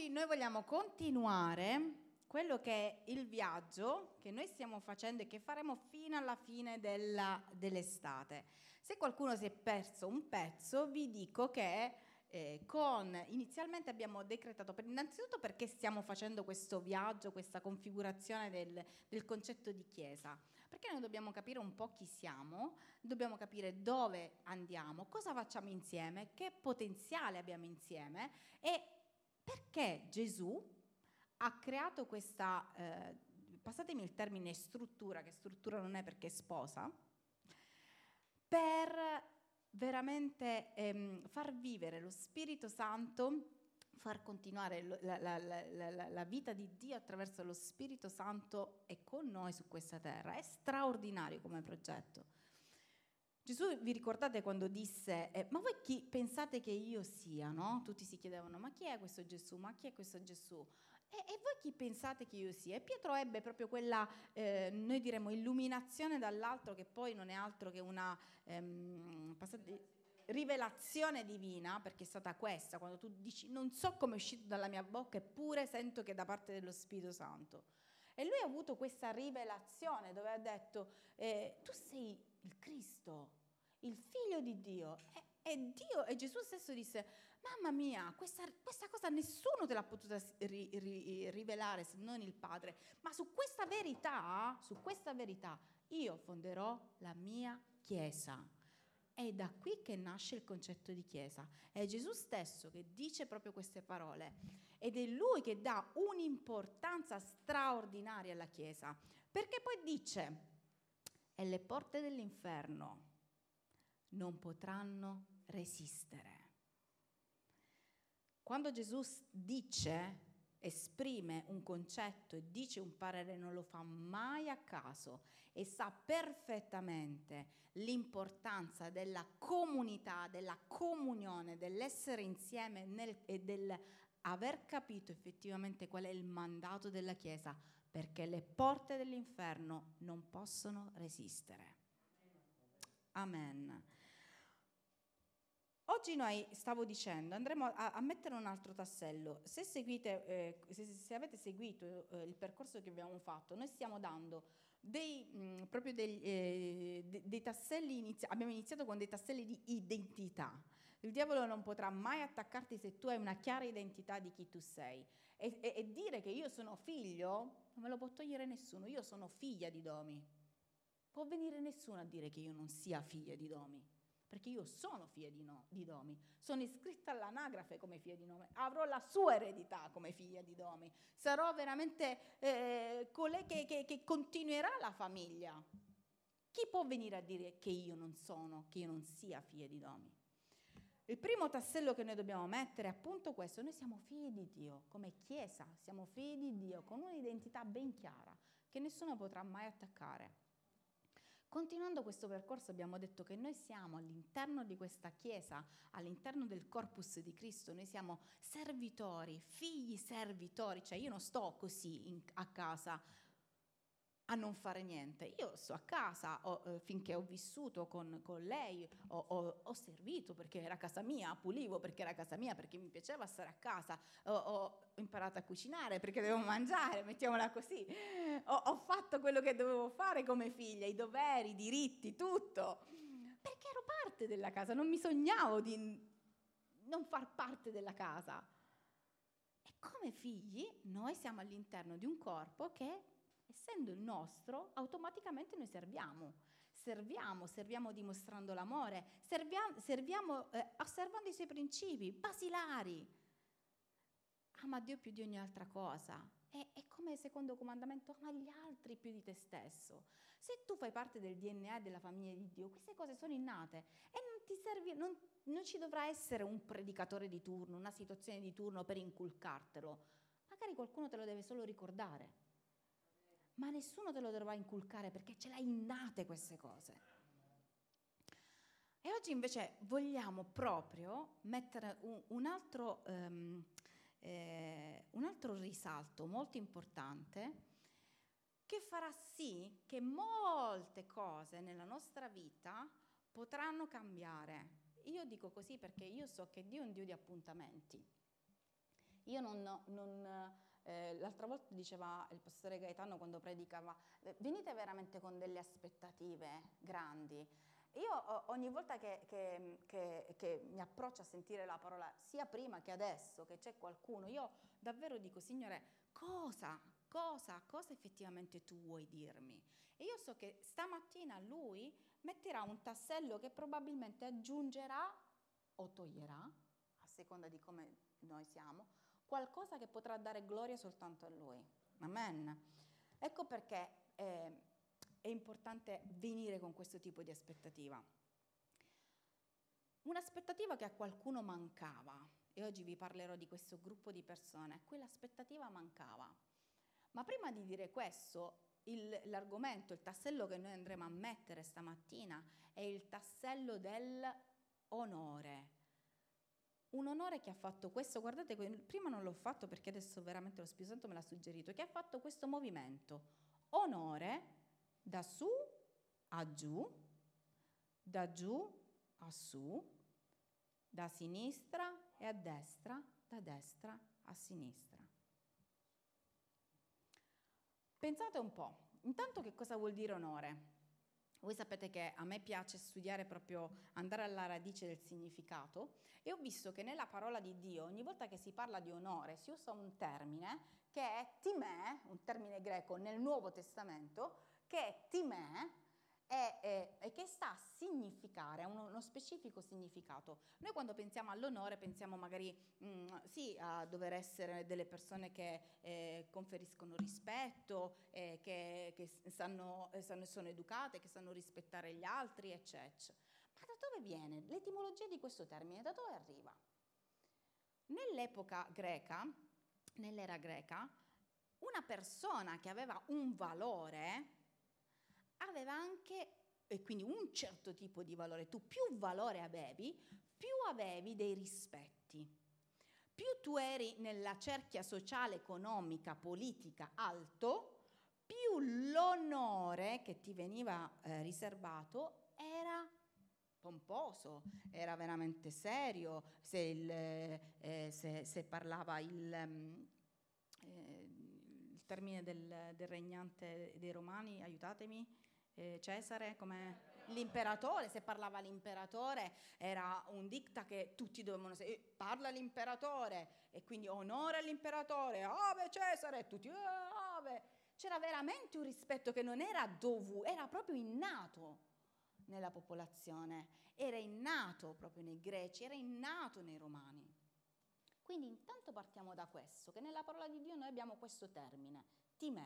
Oggi noi vogliamo continuare quello che è il viaggio che noi stiamo facendo e che faremo fino alla fine dell'estate. Se qualcuno si è perso un pezzo, vi dico che inizialmente abbiamo decretato, innanzitutto perché stiamo facendo questo viaggio, questa configurazione del concetto di chiesa. Perché noi dobbiamo capire un po' chi siamo, dobbiamo capire dove andiamo, cosa facciamo insieme, che potenziale abbiamo insieme e perché Gesù ha creato questa, passatemi il termine struttura, che struttura non è perché è sposa, per veramente far vivere lo Spirito Santo, far continuare la vita di Dio attraverso lo Spirito Santo e con noi su questa terra. È straordinario come progetto. Gesù, vi ricordate quando disse, ma voi chi pensate che io sia, no? Tutti si chiedevano, ma chi è questo Gesù? Ma chi è questo Gesù? E voi chi pensate che io sia? E Pietro ebbe proprio quella, noi diremmo, illuminazione dall'alto, che poi non è altro che una rivelazione divina, perché è stata questa, quando tu dici, non so come è uscito dalla mia bocca, eppure sento che è da parte dello Spirito Santo. E lui ha avuto questa rivelazione dove ha detto, tu sei il Cristo, il Figlio di Dio. E Gesù stesso disse, mamma mia, questa cosa nessuno te l'ha potuta rivelare se non il Padre, ma su questa verità io fonderò la mia Chiesa. È da qui che nasce il concetto di Chiesa. È Gesù stesso che dice proprio queste parole ed è Lui che dà un'importanza straordinaria alla Chiesa, perché poi dice, e le porte dell'inferno non potranno resistere. Quando Gesù dice, esprime un concetto e dice un parere, non lo fa mai a caso e sa perfettamente l'importanza della comunità, della comunione, dell'essere insieme e del aver capito effettivamente qual è il mandato della Chiesa, perché le porte dell'inferno non possono resistere. Amen. Oggi noi, stavo dicendo, andremo a mettere un altro tassello. Se seguite, se avete seguito il percorso che abbiamo fatto, noi stiamo dando dei tasselli, abbiamo iniziato con dei tasselli di identità. Il diavolo non potrà mai attaccarti se tu hai una chiara identità di chi tu sei. E dire che io sono figlio, non me lo può togliere nessuno. Io sono figlia di Domi. Può venire nessuno a dire che io non sia figlia di Domi. Perché io sono figlia di Domi, sono iscritta all'anagrafe come figlia di Domi, avrò la sua eredità come figlia di Domi, sarò veramente colei che continuerà la famiglia. Chi può venire a dire che io non sia figlia di Domi? Il primo tassello che noi dobbiamo mettere è appunto questo: noi siamo figli di Dio, come Chiesa siamo figli di Dio, con un'identità ben chiara, che nessuno potrà mai attaccare. Continuando questo percorso abbiamo detto che noi siamo all'interno di questa Chiesa, all'interno del corpus di Cristo, noi siamo servitori, figli servitori, cioè io non sto così a casa a non fare niente, io sto a casa finché ho vissuto con lei, ho servito perché era casa mia, pulivo perché era casa mia, perché mi piaceva stare a casa, ho imparato a cucinare perché dovevo mangiare, mettiamola così, ho fatto quello che dovevo fare come figlia, i doveri, i diritti, tutto, perché ero parte della casa, non mi sognavo di non far parte della casa. E come figli noi siamo all'interno di un corpo che, essendo il nostro, automaticamente noi serviamo dimostrando l'amore, serviamo osservando i suoi principi basilari. Ama Dio più di ogni altra cosa. È come secondo comandamento, ama gli altri più di te stesso. Se tu fai parte del DNA della famiglia di Dio, queste cose sono innate e non ci dovrà essere un predicatore di turno, una situazione di turno per inculcartelo. Magari qualcuno te lo deve solo ricordare. Ma nessuno te lo dovrà inculcare perché ce l'hai innate queste cose. E oggi invece vogliamo proprio mettere un altro risalto molto importante che farà sì che molte cose nella nostra vita potranno cambiare. Io dico così perché io so che Dio è un Dio di appuntamenti. Io l'altra volta diceva il pastore Gaetano quando predicava, venite veramente con delle aspettative grandi. Io ogni volta che mi approccio a sentire la parola, sia prima che adesso, che c'è qualcuno, io davvero dico, Signore, cosa effettivamente tu vuoi dirmi? E io so che stamattina lui metterà un tassello che probabilmente aggiungerà o toglierà, a seconda di come noi siamo, qualcosa che potrà dare gloria soltanto a lui. Amen. Ecco perché è importante venire con questo tipo di aspettativa. Un'aspettativa che a qualcuno mancava, e oggi vi parlerò di questo gruppo di persone, a cui l'aspettativa mancava. Ma prima di dire questo, l'argomento, il tassello che noi andremo a mettere stamattina è il tassello dell'onore. Un onore che ha fatto questo, guardate, prima non l'ho fatto perché adesso veramente lo Spirito Santo me l'ha suggerito, che ha fatto questo movimento. Onore da su a giù, da giù a su, da sinistra e a destra, da destra a sinistra. Pensate un po', intanto che cosa vuol dire onore? Voi sapete che a me piace studiare proprio, andare alla radice del significato e ho visto che nella parola di Dio, ogni volta che si parla di onore, si usa un termine che è timè, un termine greco nel Nuovo Testamento, che è timè e che sta a significare, ha uno specifico significato. Noi quando pensiamo all'onore pensiamo magari sì a dover essere delle persone che conferiscono rispetto, che sono educate, che sanno rispettare gli altri, eccetera. Ma da dove viene? L'etimologia di questo termine, da dove arriva? Nell'epoca greca, nell'era greca, una persona che aveva un valore aveva anche, e quindi un certo tipo di valore, tu più valore avevi, più avevi dei rispetti. Più tu eri nella cerchia sociale, economica, politica alto, più l'onore che ti veniva riservato era pomposo, era veramente serio, se parlava il termine del regnante dei Romani, aiutatemi, Cesare, come l'imperatore, se parlava l'imperatore era un dicta che tutti dovevano parla l'imperatore e quindi onore all'imperatore, ave Cesare, tutti ave. C'era veramente un rispetto che non era dovuto, era proprio innato nella popolazione, era innato proprio nei greci, era innato nei romani. Quindi intanto partiamo da questo, che nella parola di Dio noi abbiamo questo termine, timè.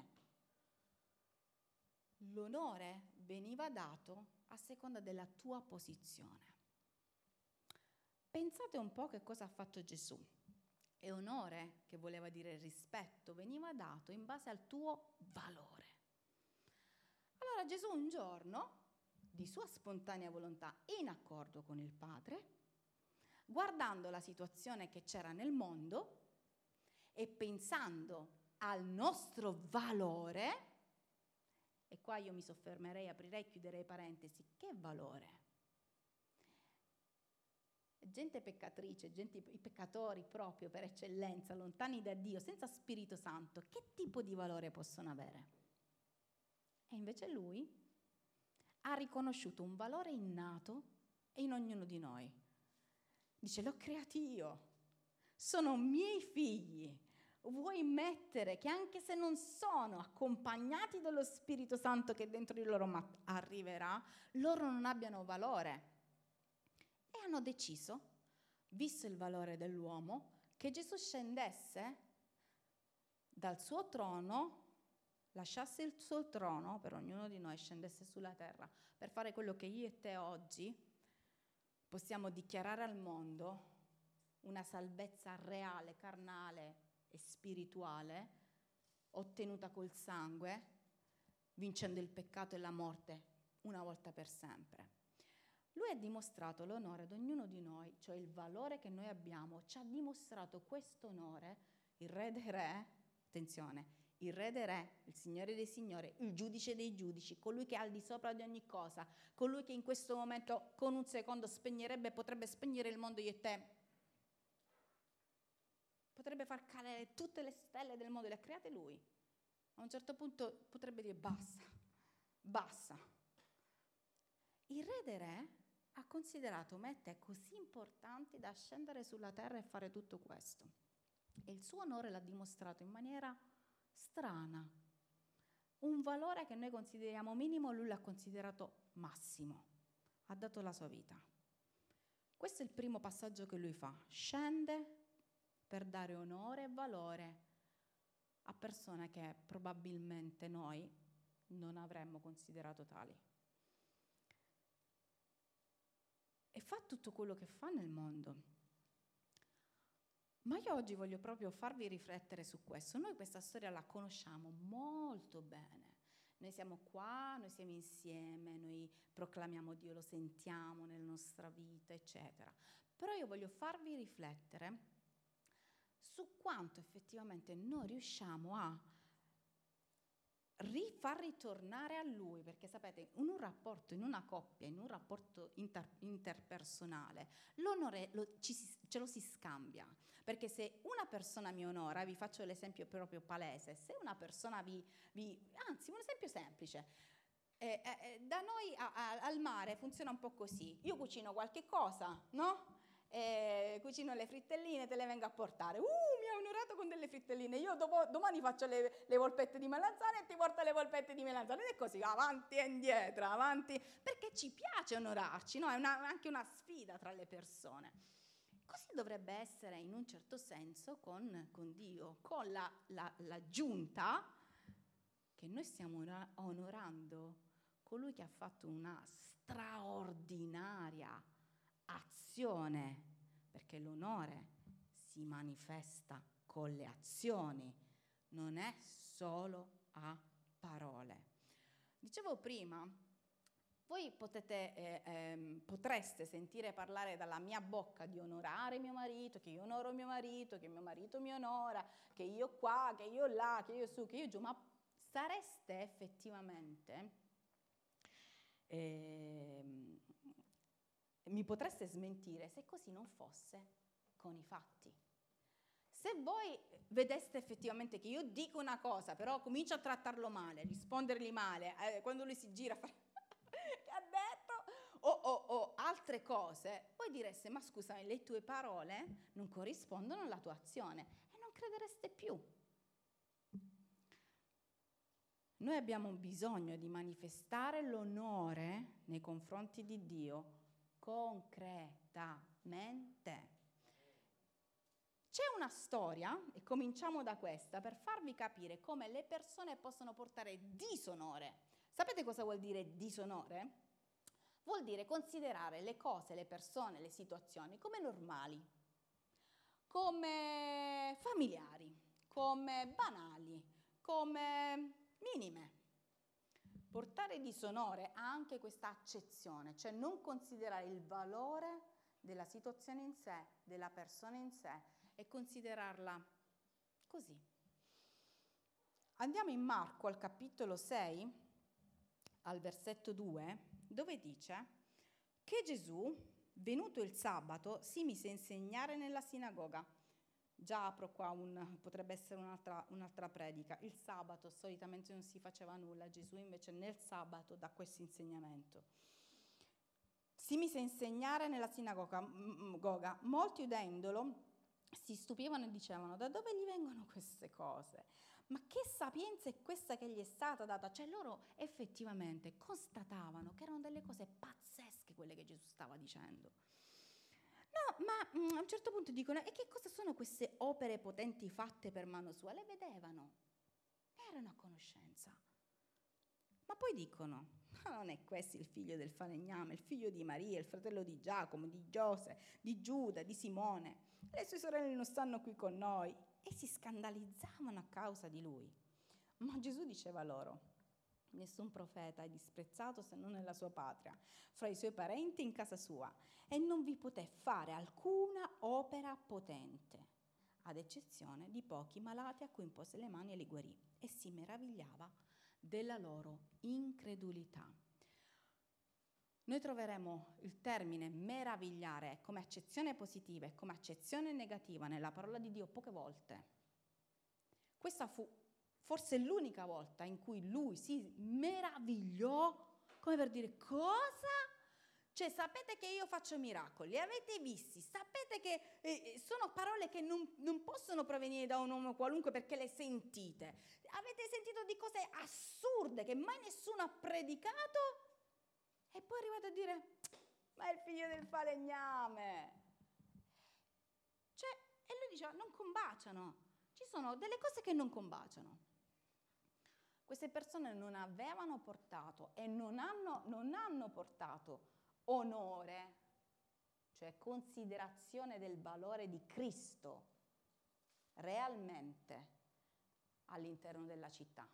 L'onore veniva dato a seconda della tua posizione. Pensate un po' che cosa ha fatto Gesù. E onore, che voleva dire rispetto, veniva dato in base al tuo valore. Allora Gesù un giorno, di sua spontanea volontà, in accordo con il Padre, guardando la situazione che c'era nel mondo e pensando al nostro valore, e qua io mi soffermerei, aprirei, chiuderei parentesi, che valore? Gente peccatrice, i peccatori proprio per eccellenza, lontani da Dio, senza Spirito Santo, che tipo di valore possono avere? E invece lui ha riconosciuto un valore innato in ognuno di noi. Dice, l'ho creati io, sono miei figli. Vuoi mettere che anche se non sono accompagnati dallo Spirito Santo che dentro di loro arriverà, loro non abbiano valore? E hanno deciso, visto il valore dell'uomo, che Gesù scendesse dal suo trono, lasciasse il suo trono per ognuno di noi, scendesse sulla terra per fare quello che io e te oggi possiamo dichiarare al mondo, una salvezza reale, carnale e spirituale, ottenuta col sangue, vincendo il peccato e la morte una volta per sempre. Lui ha dimostrato l'onore ad ognuno di noi, cioè il valore che noi abbiamo, ci ha dimostrato questo onore, il Re dei Re, attenzione, il Re dei Re, il Signore dei Signori, il Giudice dei Giudici, colui che è al di sopra di ogni cosa, colui che in questo momento con un secondo spegnerebbe, potrebbe spegnere il mondo io e te. potrebbe far cadere tutte le stelle del mondo, le ha create lui. A un certo punto potrebbe dire basta. Il re dei re ha considerato me e te così importanti da scendere sulla terra e fare tutto questo. E il suo onore l'ha dimostrato in maniera strana. Un valore che noi consideriamo minimo, lui l'ha considerato massimo. Ha dato la sua vita. Questo è il primo passaggio che lui fa. Scende per dare onore e valore a persone che probabilmente noi non avremmo considerato tali. E fa tutto quello che fa nel mondo. Ma io oggi voglio proprio farvi riflettere su questo. Noi questa storia la conosciamo molto bene. Noi siamo qua, noi siamo insieme, noi proclamiamo Dio, lo sentiamo nella nostra vita, eccetera. Però io voglio farvi riflettere su quanto effettivamente noi riusciamo a far ritornare a Lui, perché sapete, in un rapporto, in una coppia, in un rapporto interpersonale, l'onore ce lo si scambia, perché se una persona mi onora, vi faccio l'esempio proprio palese, se una persona anzi un esempio semplice, da noi al mare funziona un po' così, io cucino qualche cosa, no? Cucino le frittelline, te le vengo a portare. Mi ha onorato con delle frittelline. Io domani faccio le polpette di melanzane e ti porto le polpette di melanzane. Ed è così, avanti e indietro, avanti, perché ci piace onorarci, no? È anche una sfida tra le persone. Così dovrebbe essere in un certo senso con Dio, con l'aggiunta che noi stiamo onorando colui che ha fatto una straordinaria azione, perché l'onore si manifesta con le azioni, non è solo a parole. Dicevo prima, voi potreste sentire parlare dalla mia bocca di onorare mio marito, che io onoro mio marito, che mio marito mi onora, che io qua, che io là, che io su, che io giù, ma sareste effettivamente mi potreste smentire se così non fosse con i fatti. Se voi vedeste effettivamente che io dico una cosa, però comincio a trattarlo male, a rispondergli male, quando lui si gira fa che ha detto, o altre cose, voi direste, ma scusami, le tue parole non corrispondono alla tua azione e non credereste più. Noi abbiamo bisogno di manifestare l'onore nei confronti di Dio concretamente. C'è una storia, e cominciamo da questa, per farvi capire come le persone possono portare disonore. Sapete cosa vuol dire disonore? Vuol dire considerare le cose, le persone, le situazioni come normali, come familiari, come banali, come minime. Portare disonore ha anche questa accezione, cioè non considerare il valore della situazione in sé, della persona in sé, e considerarla così. Andiamo in Marco al capitolo 6, al versetto 2, dove dice che Gesù, venuto il sabato, si mise a insegnare nella sinagoga. Già apro qua, potrebbe essere un'altra predica. Il sabato solitamente non si faceva nulla, Gesù invece nel sabato dà questo insegnamento. Si mise a insegnare nella sinagoga. Molti udendolo si stupivano e dicevano: da dove gli vengono queste cose? Ma che sapienza è questa che gli è stata data? Cioè loro effettivamente constatavano che erano delle cose pazzesche quelle che Gesù stava dicendo. No, ma a un certo punto dicono: e che cosa sono queste opere potenti fatte per mano sua? Le vedevano, erano a conoscenza. Ma poi dicono: ma non è questo il figlio del falegname, il figlio di Maria, il fratello di Giacomo, di Giose, di Giuda, di Simone? Le sue sorelle non stanno qui con noi? E si scandalizzavano a causa di lui. Ma Gesù diceva loro: nessun profeta è disprezzato se non nella sua patria, fra i suoi parenti in casa sua, e non vi poté fare alcuna opera potente, ad eccezione di pochi malati a cui impose le mani e li guarì, e si meravigliava della loro incredulità. noi troveremo il termine meravigliare come accezione positiva e come accezione negativa nella parola di Dio poche volte. Questa fu forse l'unica volta in cui lui si meravigliò, come per dire: cosa? Cioè, sapete che io faccio miracoli, li avete visti, sapete che sono parole che non possono provenire da un uomo qualunque perché le sentite. Avete sentito di cose assurde che mai nessuno ha predicato? E poi arrivate a dire: ma è il figlio del falegname. Cioè, e lui diceva: non combaciano. Ci sono delle cose che non combaciano. Queste persone non avevano portato e non hanno portato onore, cioè considerazione del valore di Cristo realmente all'interno della città.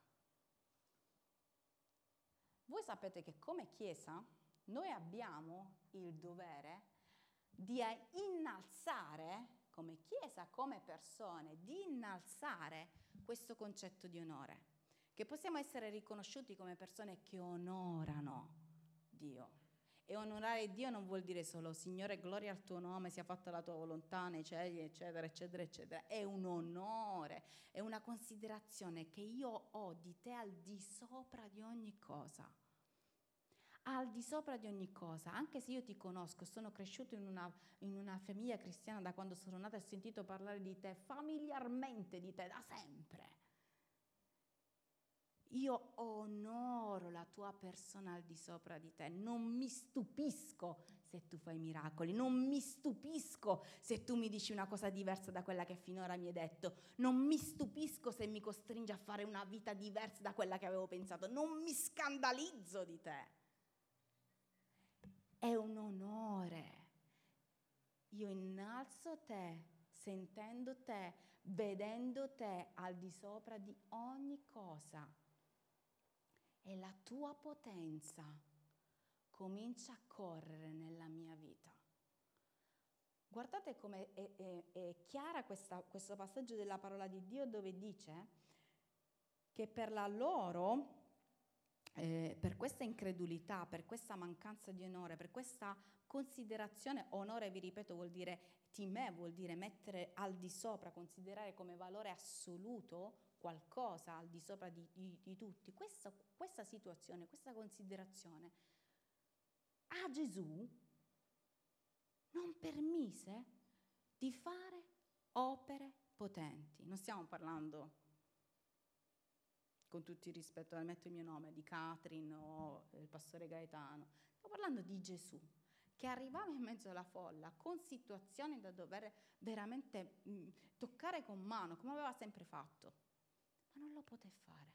Voi sapete che come Chiesa noi abbiamo il dovere di innalzare, come Chiesa, come persone, di innalzare questo concetto di onore, che possiamo essere riconosciuti come persone che onorano Dio. E onorare Dio non vuol dire solo: Signore, gloria al tuo nome, sia fatta la tua volontà nei cieli, eccetera, eccetera, eccetera. È un onore, è una considerazione che io ho di te al di sopra di ogni cosa. Al di sopra di ogni cosa, anche se io ti conosco, sono cresciuto in una famiglia cristiana da quando sono nata e ho sentito parlare di te familiarmente, di te da sempre. Io onoro la tua persona al di sopra di te, non mi stupisco se tu fai miracoli, non mi stupisco se tu mi dici una cosa diversa da quella che finora mi hai detto, non mi stupisco se mi costringi a fare una vita diversa da quella che avevo pensato, non mi scandalizzo di te. È un onore. Io innalzo te, sentendo te, vedendo te al di sopra di ogni cosa. E la tua potenza comincia a correre nella mia vita. Guardate come è chiara questo passaggio della parola di Dio, dove dice che per la loro, per questa incredulità, per questa mancanza di onore, per questa considerazione, onore, vi ripeto, vuol dire timè, vuol dire mettere al di sopra, considerare come valore assoluto qualcosa al di sopra di tutti. Questa situazione, questa considerazione a Gesù non permise di fare opere potenti. Non stiamo parlando, con tutto il rispetto, metto il mio nome, di Catherine o il pastore Gaetano. Stiamo parlando di Gesù, che arrivava in mezzo alla folla con situazioni da dover veramente toccare con mano, come aveva sempre fatto, ma non lo poté fare.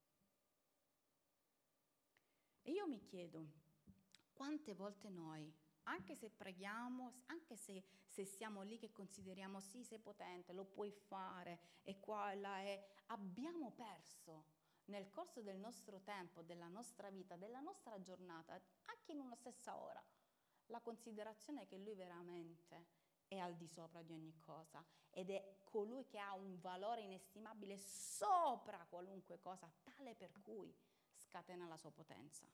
E io mi chiedo, quante volte noi, anche se preghiamo, anche se siamo lì che consideriamo: sì, sei potente, lo puoi fare, e qua e là, abbiamo perso nel corso del nostro tempo, della nostra vita, della nostra giornata, anche in una stessa ora, la considerazione che Lui veramente è al di sopra di ogni cosa ed è colui che ha un valore inestimabile sopra qualunque cosa, tale per cui scatena la sua potenza.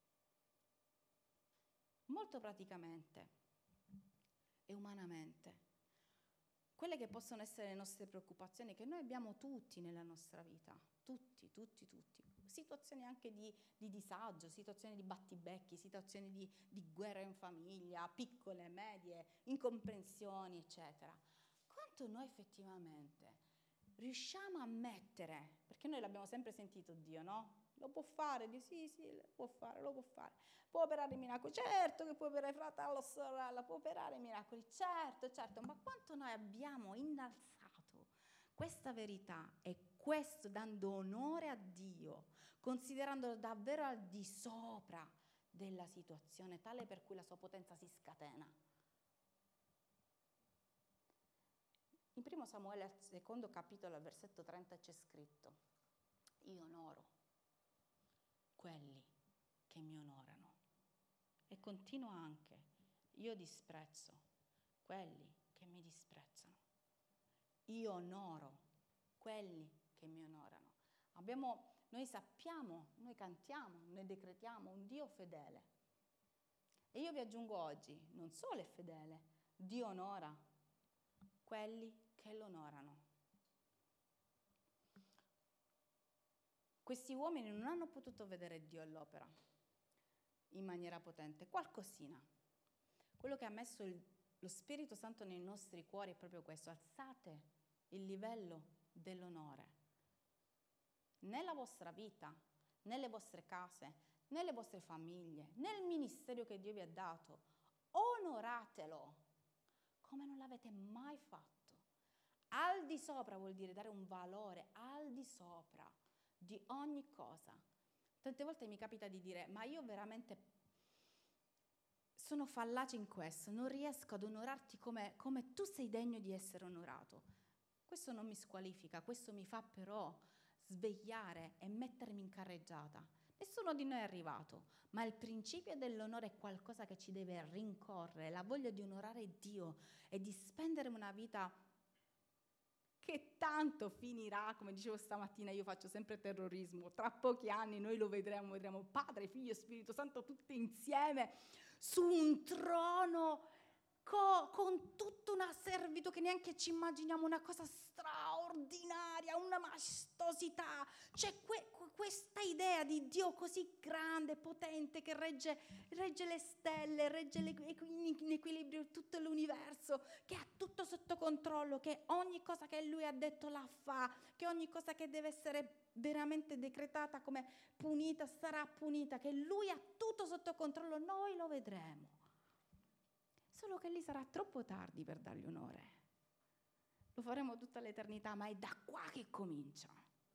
Molto praticamente e umanamente, quelle che possono essere le nostre preoccupazioni, che noi abbiamo tutti nella nostra vita, tutti, situazioni anche di disagio, situazioni di battibecchi, situazioni di guerra in famiglia, piccole, medie, incomprensioni, eccetera. Quanto noi effettivamente riusciamo a mettere, perché noi l'abbiamo sempre sentito Dio, no? Lo può fare, Dio sì, lo può fare, può operare miracoli, certo che può operare fratello, sorella, può operare miracoli, certo, ma quanto noi abbiamo innalzato questa verità e questo dando onore a Dio, considerandolo davvero al di sopra della situazione, tale per cui la sua potenza si scatena. In 1 Samuele, al 2° capitolo, al versetto 30, c'è scritto: io onoro quelli che mi onorano. E continua anche: io disprezzo quelli che mi disprezzano. Io onoro quelli che mi onorano. Noi sappiamo, noi cantiamo, noi decretiamo un Dio fedele, E io vi aggiungo oggi, non solo è fedele, Dio onora quelli che lo onorano. Questi uomini non hanno potuto vedere Dio all'opera in maniera potente, qualcosina. Quello che ha messo lo Spirito Santo nei nostri cuori è proprio questo: alzate il livello dell'onore. Nella vostra vita, nelle vostre case, nelle vostre famiglie, nel ministero che Dio vi ha dato, onoratelo come non l'avete mai fatto. Al di sopra vuol dire dare un valore al di sopra di ogni cosa. Tante volte mi capita di dire: ma io veramente sono fallace in questo, non riesco ad onorarti come tu sei degno di essere onorato. Questo non mi squalifica, questo mi fa però svegliare e mettermi in carreggiata. Nessuno di noi è arrivato, ma il principio dell'onore è qualcosa che ci deve rincorrere, la voglia di onorare Dio e di spendere una vita che tanto finirà. Come dicevo stamattina, io faccio sempre terrorismo, tra pochi anni noi lo vedremo Padre, Figlio e Spirito Santo tutti insieme su un trono con tutta una servitù che neanche ci immaginiamo, una cosa straordinaria, una maestosità. C'è questa idea di Dio così grande, potente, che regge le stelle, regge in equilibrio tutto l'universo, che ha tutto sotto controllo, che ogni cosa che Lui ha detto la fa, che ogni cosa che deve essere veramente decretata come punita sarà punita, che Lui ha tutto sotto controllo. Noi lo vedremo. Solo che lì sarà troppo tardi per dargli onore. Lo faremo tutta l'eternità, ma è da qua che comincia.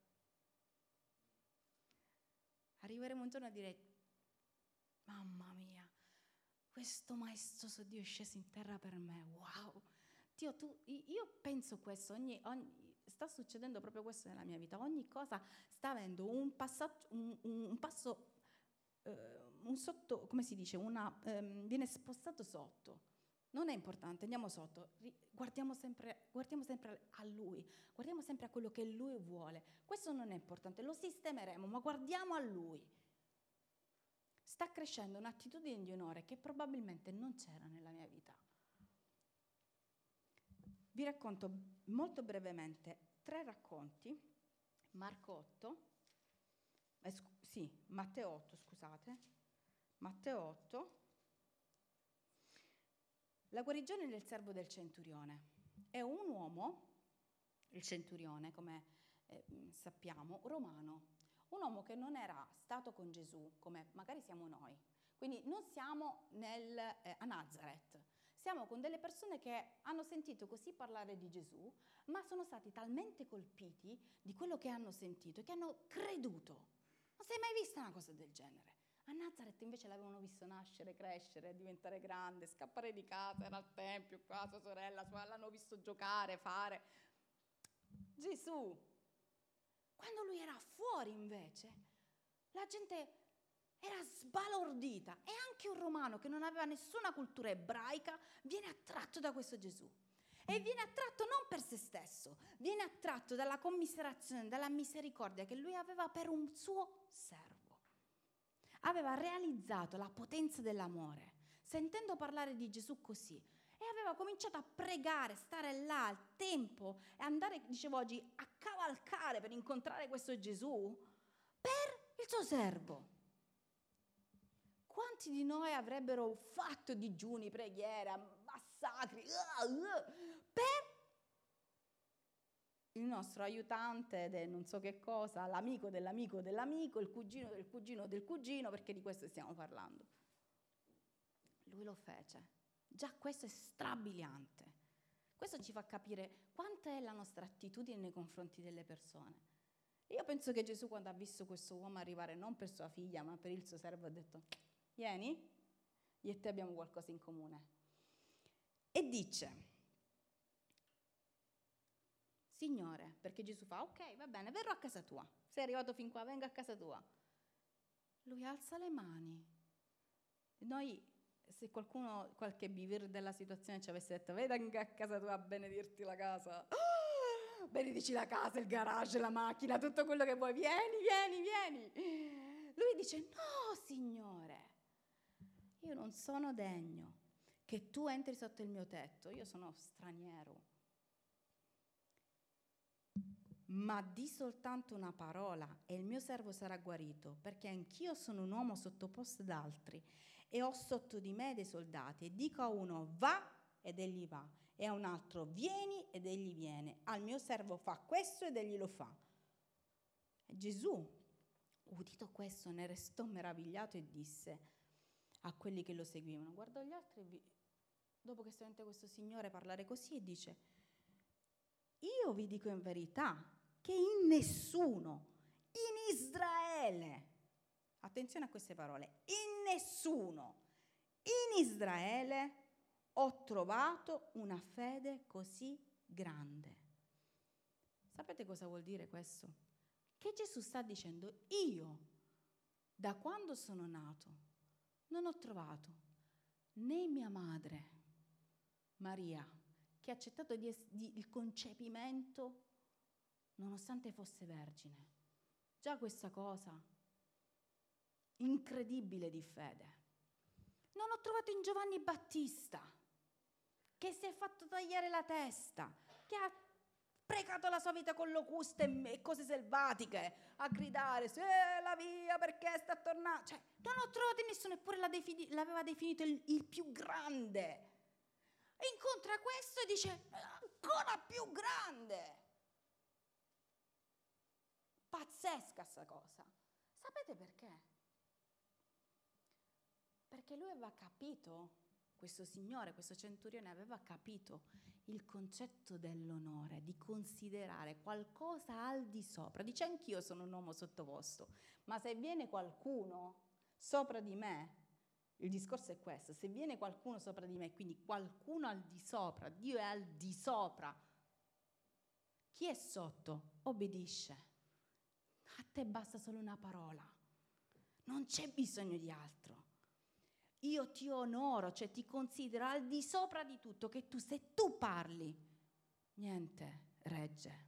Arriveremo un giorno a dire: mamma mia, questo maestoso Dio è sceso in terra per me, wow. Dio, io penso questo, sta succedendo proprio questo nella mia vita, ogni cosa sta avendo un passaggio, un passo, un sotto, come si dice, viene spostato sotto. Non è importante, andiamo sotto, guardiamo sempre a Lui, guardiamo sempre a quello che Lui vuole. Questo non è importante, lo sistemeremo, ma guardiamo a Lui. Sta crescendo un'attitudine di onore che probabilmente non c'era nella mia vita. Vi racconto molto brevemente 3 racconti. Matteo 8. La guarigione del servo del centurione. È un uomo, il centurione, come sappiamo, romano, un uomo che non era stato con Gesù, come magari siamo noi. Quindi non siamo a Nazareth, siamo con delle persone che hanno sentito così parlare di Gesù, ma sono stati talmente colpiti di quello che hanno sentito che hanno creduto. Non si è mai vista una cosa del genere. A Nazareth invece l'avevano visto nascere, crescere, diventare grande, scappare di casa, era al tempio, qua sua sorella, l'hanno visto giocare, fare. Gesù, quando lui era fuori invece, la gente era sbalordita, e anche un romano che non aveva nessuna cultura ebraica viene attratto da questo Gesù. E viene attratto non per se stesso, viene attratto dalla commiserazione, dalla misericordia che lui aveva per un suo servo. Aveva realizzato la potenza dell'amore, sentendo parlare di Gesù così, e aveva cominciato a pregare, stare là al tempo e andare, dicevo oggi, a cavalcare per incontrare questo Gesù per il suo servo. Quanti di noi avrebbero fatto digiuni, preghiere, massacri per il nostro aiutante del non so che cosa, l'amico dell'amico dell'amico, il cugino del cugino del cugino, perché di questo stiamo parlando. Lui lo fece. Già questo è strabiliante. Questo ci fa capire quanta è la nostra attitudine nei confronti delle persone. Io penso che Gesù, quando ha visto questo uomo arrivare non per sua figlia, ma per il suo servo, ha detto: vieni, io e te abbiamo qualcosa in comune. E dice: Signore, perché Gesù fa: ok, va bene, verrò a casa tua. Sei arrivato fin qua, vengo a casa tua. Lui alza le mani. Noi, se qualche vivere della situazione ci avesse detto: venga a casa tua a benedirti la casa. Oh, benedici la casa, il garage, la macchina, tutto quello che vuoi. Vieni. Lui dice: no, Signore, io non sono degno che tu entri sotto il mio tetto, io sono straniero. Ma di soltanto una parola e il mio servo sarà guarito, perché anch'io sono un uomo sottoposto ad altri e ho sotto di me dei soldati, e dico a uno va ed egli va, e a un altro vieni ed egli viene, al mio servo fa questo ed egli lo fa. E Gesù, udito questo, ne restò meravigliato e disse a quelli che lo seguivano, guardò gli altri e dopo che sente questo signore parlare così, e dice: io vi dico in verità che in nessuno, in Israele, attenzione a queste parole, in nessuno, in Israele ho trovato una fede così grande. Sapete cosa vuol dire questo? Che Gesù sta dicendo: io, da quando sono nato, non ho trovato né mia madre, Maria, che ha accettato il concepimento nonostante fosse vergine. Già questa cosa incredibile di fede. Non ho trovato in Giovanni Battista, che si è fatto tagliare la testa, che ha precato la sua vita con locuste e cose selvatiche, a gridare se la via perché sta tornando. Cioè, non ho trovato in nessuno, eppure l'aveva definito il più grande. E incontra questo e dice ancora più grande. Pazzesca sta cosa. Sapete perché? Perché lui aveva capito, questo signore, questo centurione aveva capito il concetto dell'onore, di considerare qualcosa al di sopra. Dice: anch'io sono un uomo sottoposto, ma se viene qualcuno sopra di me, il discorso è questo: se viene qualcuno sopra di me, quindi qualcuno al di sopra, Dio è al di sopra, chi è sotto obbedisce. A te basta solo una parola, non c'è bisogno di altro. Io ti onoro, cioè ti considero al di sopra di tutto, che tu, se tu parli, niente regge.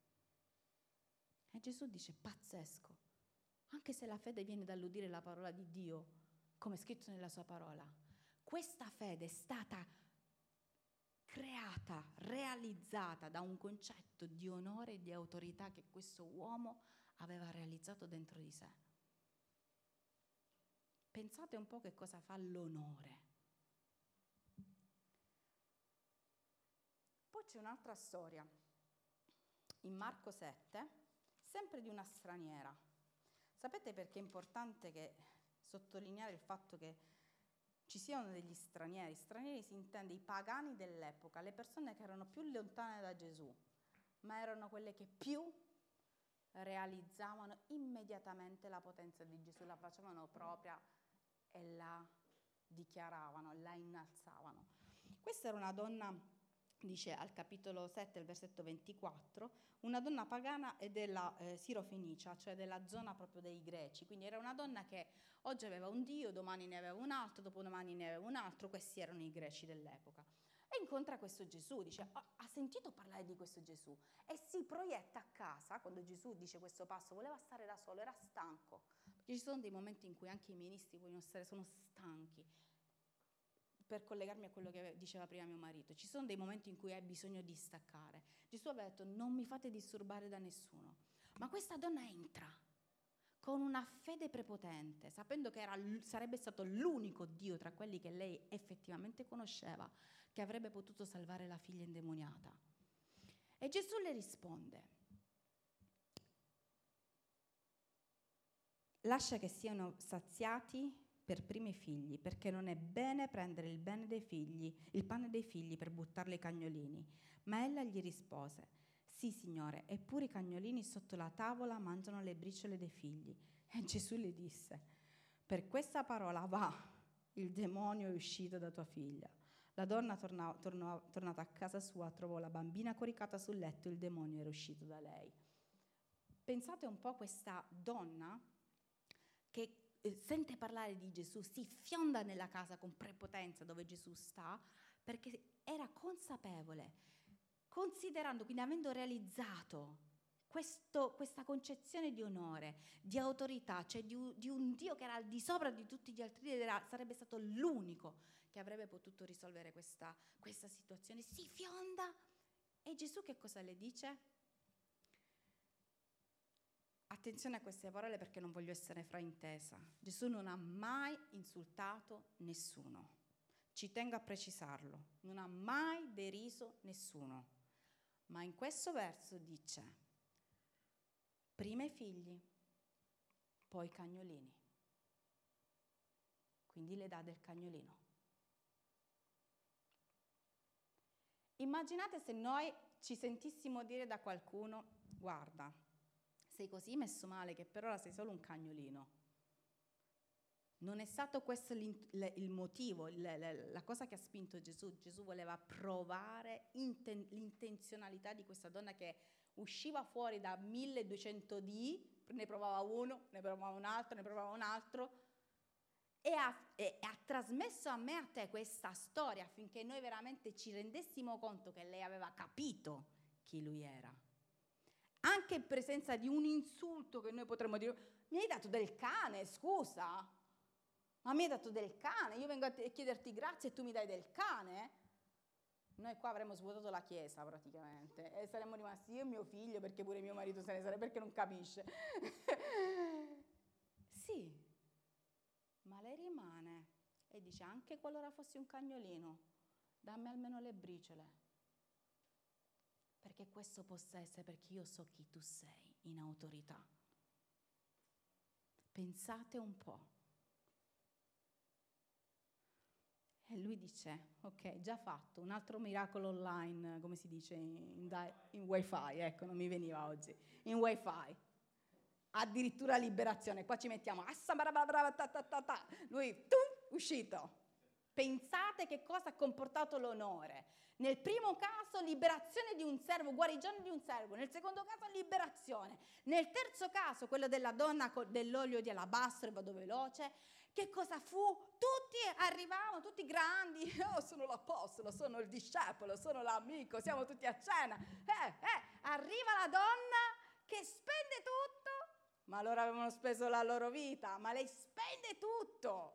E Gesù dice: pazzesco, anche se la fede viene dall'udire la parola di Dio, come è scritto nella sua parola, questa fede è stata creata, realizzata da un concetto di onore e di autorità che questo uomo aveva realizzato dentro di sé. Pensate un po' che cosa fa l'onore. Poi c'è un'altra storia, in Marco 7, sempre di una straniera. Sapete perché è importante sottolineare il fatto che ci siano degli stranieri? Stranieri si intende i pagani dell'epoca, le persone che erano più lontane da Gesù, ma erano quelle che più realizzavano immediatamente la potenza di Gesù, la facevano propria e la dichiaravano, la innalzavano. Questa era una donna, dice al capitolo 7, al versetto 24, una donna pagana e della Sirofenicia, cioè della zona proprio dei greci. Quindi era una donna che oggi aveva un dio, domani ne aveva un altro, dopodomani ne aveva un altro. Questi erano i greci dell'epoca. E incontra questo Gesù, dice: ha sentito parlare di questo Gesù? E si proietta a casa. Quando Gesù dice questo passo, voleva stare da solo, era stanco. Perché ci sono dei momenti in cui anche i ministri sono stanchi. Per collegarmi a quello che diceva prima mio marito, ci sono dei momenti in cui hai bisogno di staccare. Gesù aveva detto: non mi fate disturbare da nessuno. Ma questa donna entra con una fede prepotente, sapendo che sarebbe stato l'unico Dio tra quelli che lei effettivamente conosceva, che avrebbe potuto salvare la figlia indemoniata. E Gesù le risponde: lascia che siano saziati per primi i figli, perché non è bene prendere il pane dei figli per buttarli ai cagnolini. Ma ella gli rispose: sì, Signore, eppure i cagnolini sotto la tavola mangiano le briciole dei figli. E Gesù le disse: per questa parola va, il demonio è uscito da tua figlia. La donna tornata a casa sua trovò la bambina coricata sul letto e il demonio era uscito da lei. Pensate un po' a questa donna che sente parlare di Gesù, si fionda nella casa con prepotenza dove Gesù sta, perché era consapevole, considerando, quindi avendo realizzato questa concezione di onore, di autorità, cioè di un Dio che era al di sopra di tutti gli altri, sarebbe stato l'unico che avrebbe potuto risolvere questa situazione. Si fionda e Gesù che cosa le dice? Attenzione a queste parole perché non voglio essere fraintesa. Gesù non ha mai insultato nessuno. Ci tengo a precisarlo. Non ha mai deriso nessuno. Ma in questo verso dice: prima i figli, poi i cagnolini. Quindi le dà del cagnolino. Immaginate se noi ci sentissimo dire da qualcuno: guarda, sei così messo male che per ora sei solo un cagnolino. Non è stato questo il motivo, la cosa che ha spinto Gesù. Gesù voleva provare l'intenzionalità di questa donna che usciva fuori da 1200 dì, ne provava uno, ne provava un altro, ne provava un altro, e ha trasmesso a me e a te questa storia affinché noi veramente ci rendessimo conto che lei aveva capito chi lui era. Anche in presenza di un insulto che noi potremmo dire: mi hai dato del cane, scusa? Ma mi hai dato del cane? Io vengo a chiederti grazie e tu mi dai del cane? Noi qua avremmo svuotato la chiesa praticamente e saremmo rimasti io e mio figlio, perché pure mio marito se ne sarebbe, perché non capisce. Sì, ma lei rimane e dice: anche qualora fossi un cagnolino, dammi almeno le briciole, perché questo possa essere, perché io so chi tu sei in autorità. Pensate un po'. E lui dice: ok, già fatto, un altro miracolo online, come si dice in wifi, ecco, non mi veniva oggi, in wifi. Addirittura liberazione, qua ci mettiamo, lui, uscito. Pensate che cosa ha comportato l'onore. Nel primo caso liberazione di un servo, guarigione di un servo, nel secondo caso liberazione, nel terzo caso quello della donna dell'olio di alabastro, e vado veloce, che cosa fu? Tutti arrivavano, tutti grandi, sono l'apostolo, sono il discepolo, sono l'amico, siamo tutti a cena, arriva la donna che spende tutto, ma loro avevano speso la loro vita, ma lei spende tutto,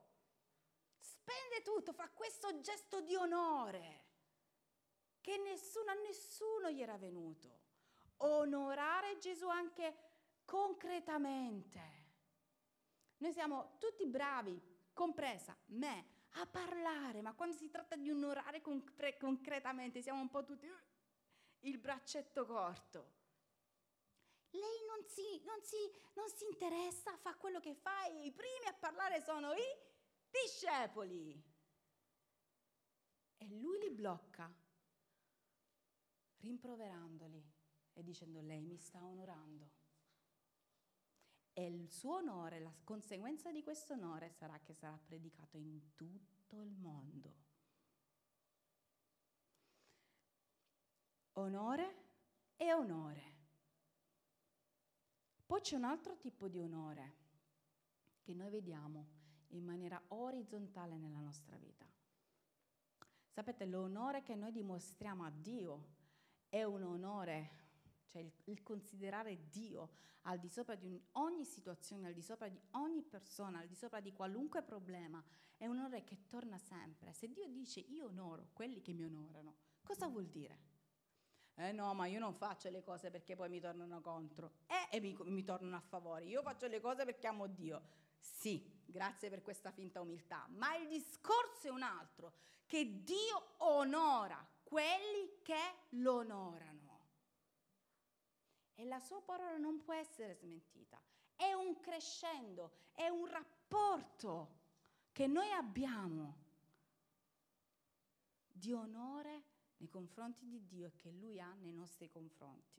fa questo gesto di onore che a nessuno gli era venuto. Onorare Gesù anche concretamente. Noi siamo tutti bravi, compresa me, a parlare, ma quando si tratta di onorare concretamente siamo un po' tutti il braccetto corto. Lei non si interessa, fa quello che fa, e i primi a parlare sono i discepoli. E lui li blocca, rimproverandoli e dicendo: lei mi sta onorando. E il suo onore, la conseguenza di questo onore sarà che sarà predicato in tutto il mondo. Onore e onore. Poi c'è un altro tipo di onore che noi vediamo in maniera orizzontale nella nostra vita. Sapete, l'onore che noi dimostriamo a Dio è un onore, cioè il considerare Dio al di sopra di ogni situazione, al di sopra di ogni persona, al di sopra di qualunque problema, è un onore che torna sempre. Se Dio dice: io onoro quelli che mi onorano, cosa vuol dire? No, ma io non faccio le cose perché poi mi tornano contro e mi tornano a favore. Io faccio le cose perché amo Dio. Sì, grazie per questa finta umiltà, ma il discorso è un altro, che Dio onora quelli che lo onorano. E la sua parola non può essere smentita. È un crescendo, è un rapporto che noi abbiamo di onore nei confronti di Dio e che Lui ha nei nostri confronti.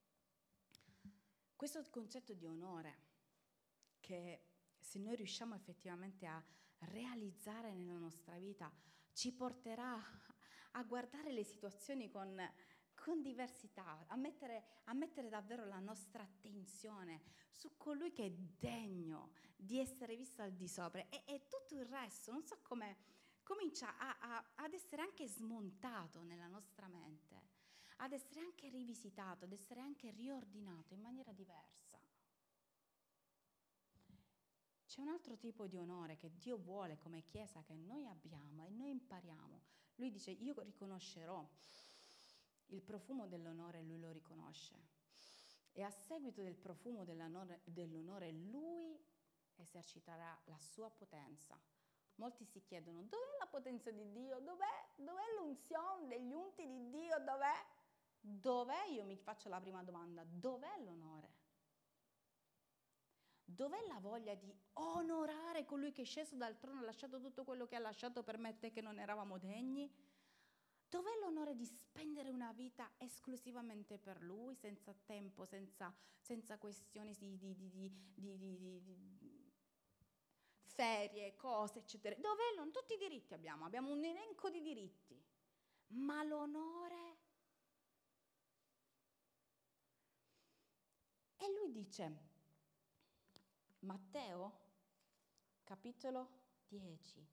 Questo concetto di onore, che se noi riusciamo effettivamente a realizzare nella nostra vita, ci porterà a guardare le situazioni con diversità, a mettere davvero la nostra attenzione su colui che è degno di essere visto al di sopra, e tutto il resto, non so come, comincia ad essere anche smontato nella nostra mente. ad essere anche rivisitato, ad essere anche riordinato in maniera diversa. C'è un altro tipo di onore che Dio vuole come Chiesa, che noi abbiamo e noi impariamo. Lui dice: io riconoscerò il profumo dell'onore, lui lo riconosce. E a seguito del profumo dell'onore lui eserciterà la sua potenza. Molti si chiedono: dov'è la potenza di Dio? Dov'è l'unzione degli unti di Dio? Dov'è? Dov'è? Io mi faccio la prima domanda: dov'è l'onore? Dov'è la voglia di onorare colui che è sceso dal trono, ha lasciato tutto quello che ha lasciato per me e te che non eravamo degni? Dov'è l'onore di spendere una vita esclusivamente per Lui, senza tempo, senza questioni di ferie, cose, eccetera? Dov'è? Non tutti i diritti abbiamo un elenco di diritti, ma l'onore? E lui dice, Matteo, capitolo 10.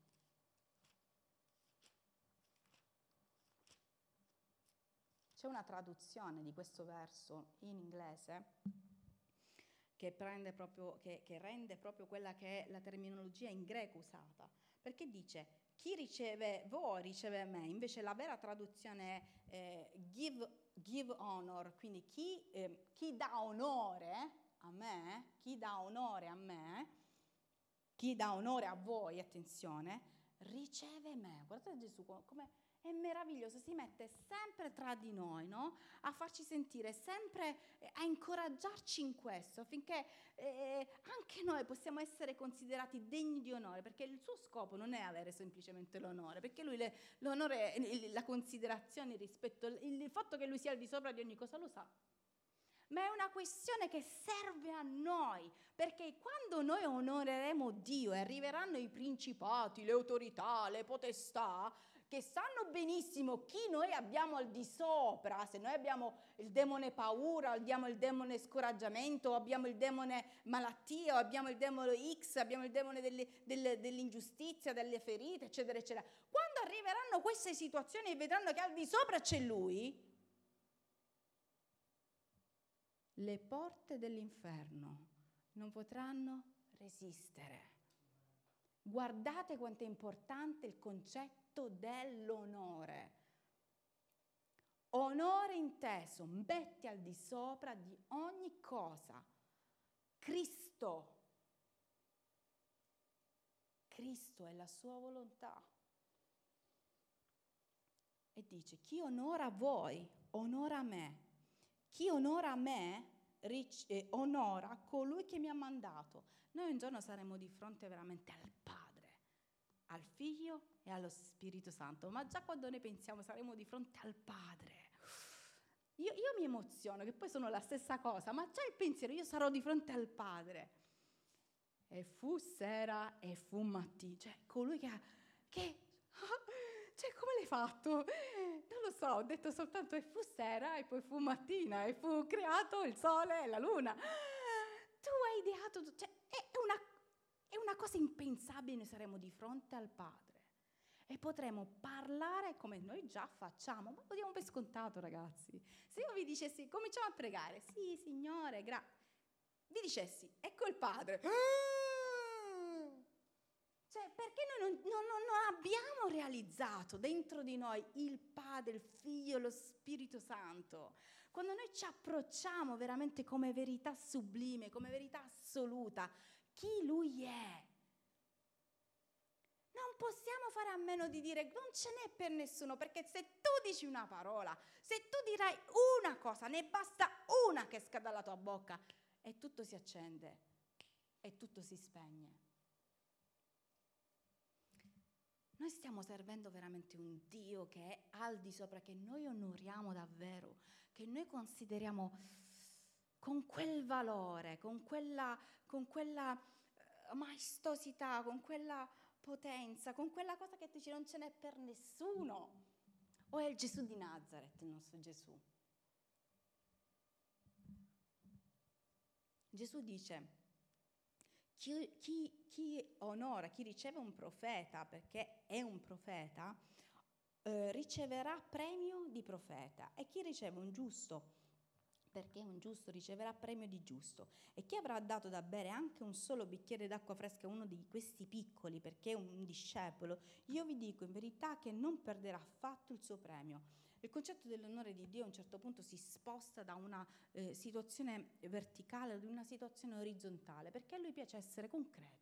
C'è una traduzione di questo verso in inglese che rende proprio quella che è la terminologia in greco usata, perché dice: chi riceve voi riceve me. Invece la vera traduzione è give honor, quindi chi dà onore a me, chi dà onore a me, chi dà onore a voi, attenzione, riceve me. Guardate Gesù come è meraviglioso, si mette sempre tra di noi, no? A farci sentire sempre, a incoraggiarci in questo, affinché anche noi possiamo essere considerati degni di onore, perché il suo scopo non è avere semplicemente l'onore, perché lui l'onore, la considerazione, il rispetto, il fatto che lui sia al di sopra di ogni cosa lo sa. Ma è una questione che serve a noi, perché quando noi onoreremo Dio e arriveranno i principati, le autorità, le potestà, che sanno benissimo chi noi abbiamo al di sopra, se noi abbiamo il demone paura, abbiamo il demone scoraggiamento, abbiamo il demone malattia, abbiamo il demone X, abbiamo il demone dell'ingiustizia, delle ferite, eccetera, eccetera. Quando arriveranno queste situazioni e vedranno che al di sopra c'è Lui, le porte dell'inferno non potranno resistere. Guardate quanto è importante il concetto dell'onore. Onore inteso, metti al di sopra di ogni cosa Cristo. Cristo è la sua volontà. E dice: chi onora voi, onora me. Chi onora me, onora colui che mi ha mandato. Noi un giorno saremo di fronte veramente al Padre, al Figlio e allo Spirito Santo, ma già quando noi pensiamo saremo di fronte al Padre, io mi emoziono, che poi sono la stessa cosa, ma già il pensiero, io sarò di fronte al Padre. E fu sera e fu mattina, cioè colui che cioè come l'hai fatto? Non lo so, ho detto soltanto e fu sera e poi fu mattina e fu creato il sole e la luna. Tu hai ideato, cioè è una cosa impensabile, noi saremo di fronte al Padre e potremo parlare come noi già facciamo, ma lo diamo per scontato, ragazzi. Se io vi dicessi cominciamo a pregare, sì Signore, vi dicessi ecco il Padre, cioè, perché noi non abbiamo realizzato dentro di noi il Padre, il Figlio, lo Spirito Santo. Quando noi ci approcciamo veramente come verità sublime, come verità assoluta, chi Lui è, non possiamo fare a meno di dire non ce n'è per nessuno, perché se tu dici una parola, se tu dirai una cosa, ne basta una che esca dalla tua bocca e tutto si accende e tutto si spegne. Noi stiamo servendo veramente un Dio che è al di sopra, che noi onoriamo davvero, che noi consideriamo con quel valore, con quella maestosità, con quella potenza, con quella cosa che dice non ce n'è per nessuno. O è il Gesù di Nazareth, il nostro Gesù. Gesù dice: chi onora, chi riceve un profeta, perché è un profeta, riceverà premio di profeta, e chi riceve un giusto, perché un giusto riceverà premio di giusto, e chi avrà dato da bere anche un solo bicchiere d'acqua fresca a uno di questi piccoli, perché è un discepolo, io vi dico in verità che non perderà affatto il suo premio. Il concetto dell'onore di Dio a un certo punto si sposta da una situazione verticale ad una situazione orizzontale, perché a lui piace essere concreto.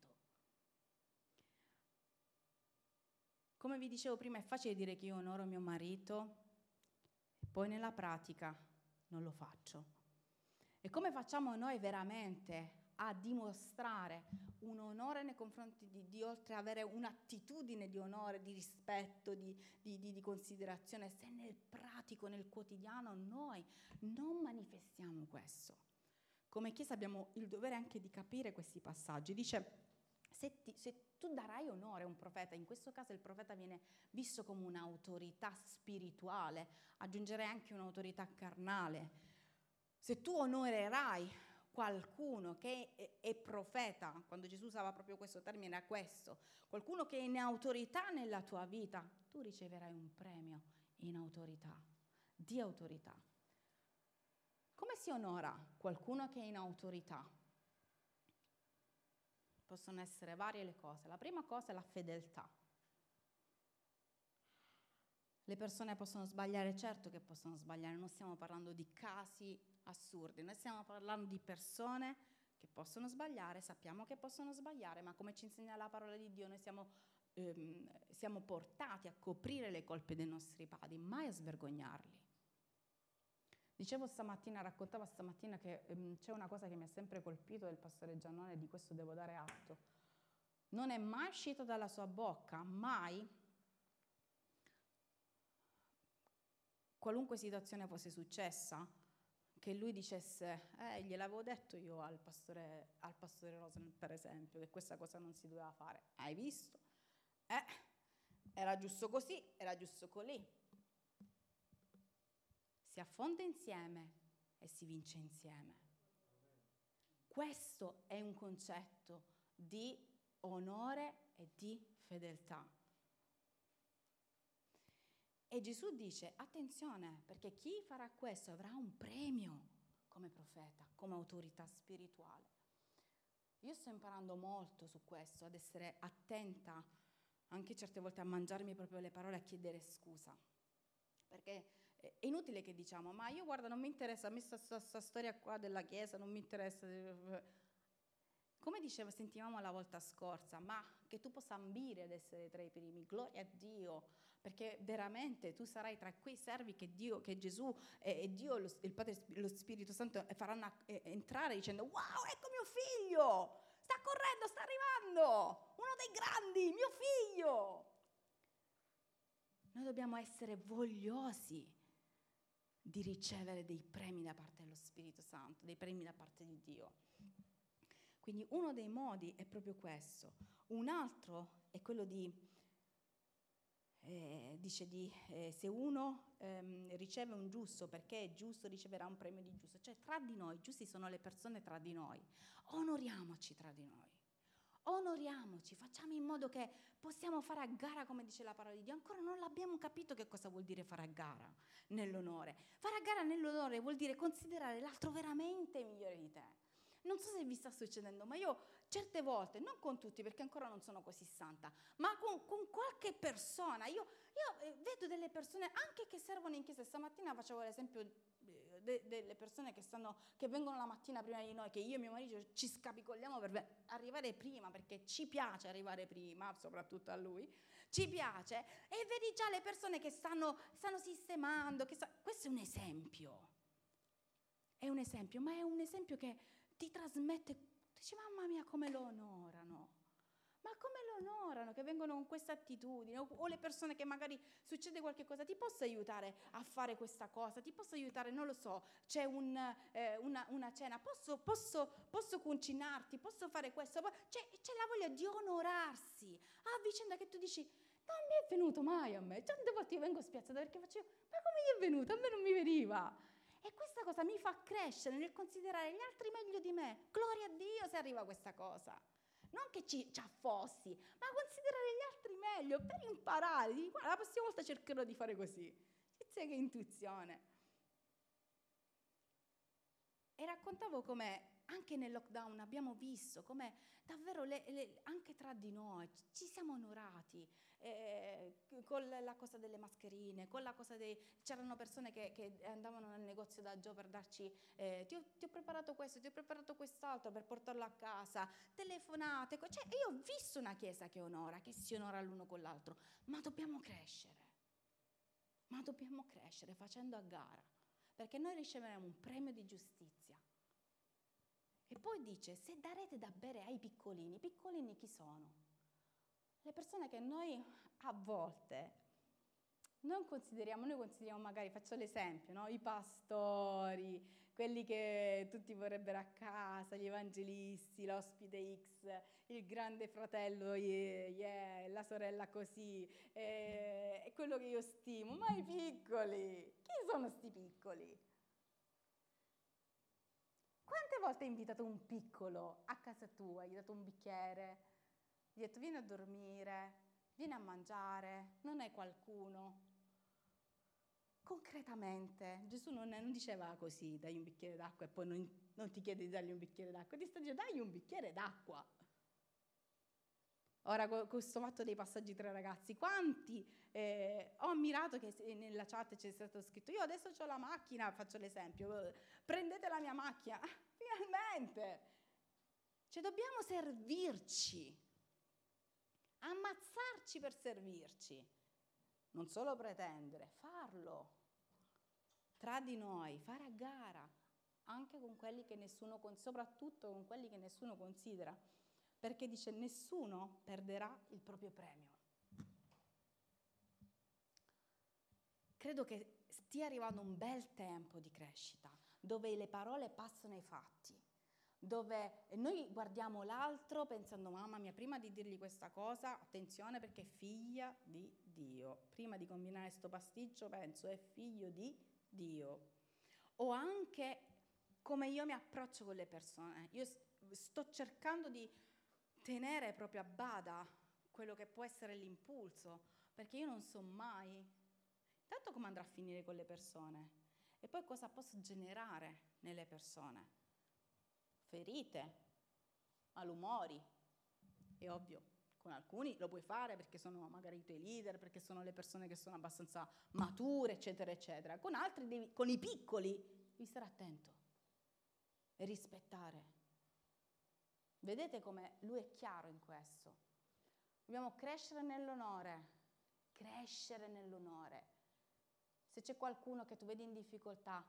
Come vi dicevo prima, è facile dire che io onoro mio marito, e poi nella pratica non lo faccio. E come facciamo noi veramente a dimostrare un onore nei confronti di Dio, oltre ad avere un'attitudine di onore, di rispetto, di considerazione, se nel pratico, nel quotidiano noi non manifestiamo questo? Come Chiesa abbiamo il dovere anche di capire questi passaggi. Dice, se tu darai onore a un profeta, in questo caso il profeta viene visto come un'autorità spirituale, aggiungerei anche un'autorità carnale. Se tu onorerai qualcuno che è profeta, quando Gesù usava proprio questo termine, era questo, qualcuno che è in autorità nella tua vita, tu riceverai un premio in autorità, di autorità. Come si onora qualcuno che è in autorità? Possono essere varie le cose. La prima cosa è la fedeltà. Le persone possono sbagliare, certo che possono sbagliare, non stiamo parlando di casi assurdi, noi stiamo parlando di persone che possono sbagliare, sappiamo che possono sbagliare, ma come ci insegna la parola di Dio, noi siamo portati a coprire le colpe dei nostri padri, mai a svergognarli. Dicevo stamattina, raccontavo stamattina che c'è una cosa che mi ha sempre colpito del pastore Giannone, e di questo devo dare atto. Non è mai uscito dalla sua bocca, mai, qualunque situazione fosse successa, che lui dicesse, gliel'avevo detto io al pastore Rosen, per esempio, che questa cosa non si doveva fare. Hai visto? Era giusto così, era giusto colì. Si affonda insieme e si vince insieme. Questo è un concetto di onore e di fedeltà. E Gesù dice, attenzione, perché chi farà questo avrà un premio come profeta, come autorità spirituale. Io sto imparando molto su questo, ad essere attenta, anche certe volte a mangiarmi proprio le parole, a chiedere scusa. Perché è inutile che diciamo, ma io guarda, non mi interessa, a me questa storia qua della Chiesa non mi interessa. Come sentivamo la volta scorsa, ma che tu possa ambire ad essere tra i primi, gloria a Dio, perché veramente tu sarai tra quei servi che Gesù e Dio, il Padre e lo Spirito Santo faranno entrare dicendo, wow, ecco mio figlio, sta correndo, sta arrivando, uno dei grandi, mio figlio. Noi dobbiamo essere vogliosi di ricevere dei premi da parte dello Spirito Santo, dei premi da parte di Dio. Quindi uno dei modi è proprio questo. Un altro è quello se uno riceve un giusto perché è giusto, riceverà un premio di giusto. Cioè tra di noi, giusti sono le persone tra di noi. Onoriamoci tra di noi. Onoriamoci, facciamo in modo che possiamo fare a gara, come dice la parola di Dio. Ancora non l'abbiamo capito che cosa vuol dire fare a gara nell'onore. Fare a gara nell'onore vuol dire considerare l'altro veramente migliore di te. Non so se vi sta succedendo, ma io certe volte, non con tutti perché ancora non sono così santa, ma con qualche persona, io vedo delle persone anche che servono in chiesa. Stamattina facevo l'esempio delle persone che vengono la mattina prima di noi, che io e mio marito ci scapicolliamo per arrivare prima, perché ci piace arrivare prima, soprattutto a lui, ci piace, e vedi già le persone che stanno sistemando, questo è un esempio, ma è un esempio che ti trasmette, dici mamma mia come lo onorano, ma come lo onorano, che vengono con questa attitudine, o le persone che magari succede qualche cosa, ti posso aiutare a fare questa cosa, ti posso aiutare, non lo so, c'è una cena, posso cucinarti, posso fare questo, c'è la voglia di onorarsi, a vicenda che tu dici, non mi è venuto mai a me, tante volte io vengo spiazzata perché facevo, ma come gli è venuto, a me non mi veniva. E questa cosa mi fa crescere nel considerare gli altri meglio di me. Gloria a Dio se arriva questa cosa. Non che ci affossi, ma considerare gli altri meglio per imparare. Guarda, la prossima volta cercherò di fare così. Sai che intuizione. E raccontavo come anche nel lockdown abbiamo visto come davvero anche tra di noi ci siamo onorati, con la cosa delle mascherine, con la cosa c'erano persone che andavano nel negozio da Gio per darci ti ho preparato questo, ti ho preparato quest'altro per portarlo a casa, telefonate, cioè io ho visto una chiesa che onora, che si onora l'uno con l'altro, ma dobbiamo crescere facendo a gara, perché noi riceveremo un premio di giustizia. E poi dice, se darete da bere ai piccolini chi sono? Le persone che noi a volte non consideriamo, noi consideriamo magari, faccio l'esempio, no? I pastori, quelli che tutti vorrebbero a casa, gli evangelisti, l'ospite X, il grande fratello, la sorella così, è quello che io stimo, ma i piccoli, chi sono sti piccoli? Quante volte hai invitato un piccolo a casa tua, gli hai dato un bicchiere, gli hai detto vieni a dormire, vieni a mangiare, non hai qualcuno? Concretamente, Gesù non diceva così, dai un bicchiere d'acqua e poi non ti chiede di dargli un bicchiere d'acqua, ti sta dicendo dai un bicchiere d'acqua. Ora, con questo fatto dei passaggi tra ragazzi, quanti ho ammirato che nella chat c'è stato scritto io adesso ho la macchina, faccio l'esempio, prendete la mia macchina, finalmente! Cioè dobbiamo servirci, ammazzarci per servirci, non solo pretendere, farlo tra di noi, fare a gara, anche con quelli che nessuno, soprattutto con quelli che nessuno considera, perché dice nessuno perderà il proprio premio. Credo che stia arrivando un bel tempo di crescita, dove le parole passano ai fatti, dove noi guardiamo l'altro pensando mamma mia, prima di dirgli questa cosa, attenzione perché è figlia di Dio, prima di combinare sto pasticcio penso è figlio di Dio. O anche come io mi approccio con le persone, io sto cercando di tenere proprio a bada quello che può essere l'impulso, perché io non so mai tanto come andrà a finire con le persone e poi cosa posso generare nelle persone. Ferite, malumori, è ovvio, con alcuni lo puoi fare perché sono magari i tuoi leader, perché sono le persone che sono abbastanza mature, eccetera, eccetera. Con altri, con i piccoli, devi stare attento e rispettare. Vedete come lui è chiaro in questo. Dobbiamo crescere nell'onore, crescere nell'onore. Se c'è qualcuno che tu vedi in difficoltà,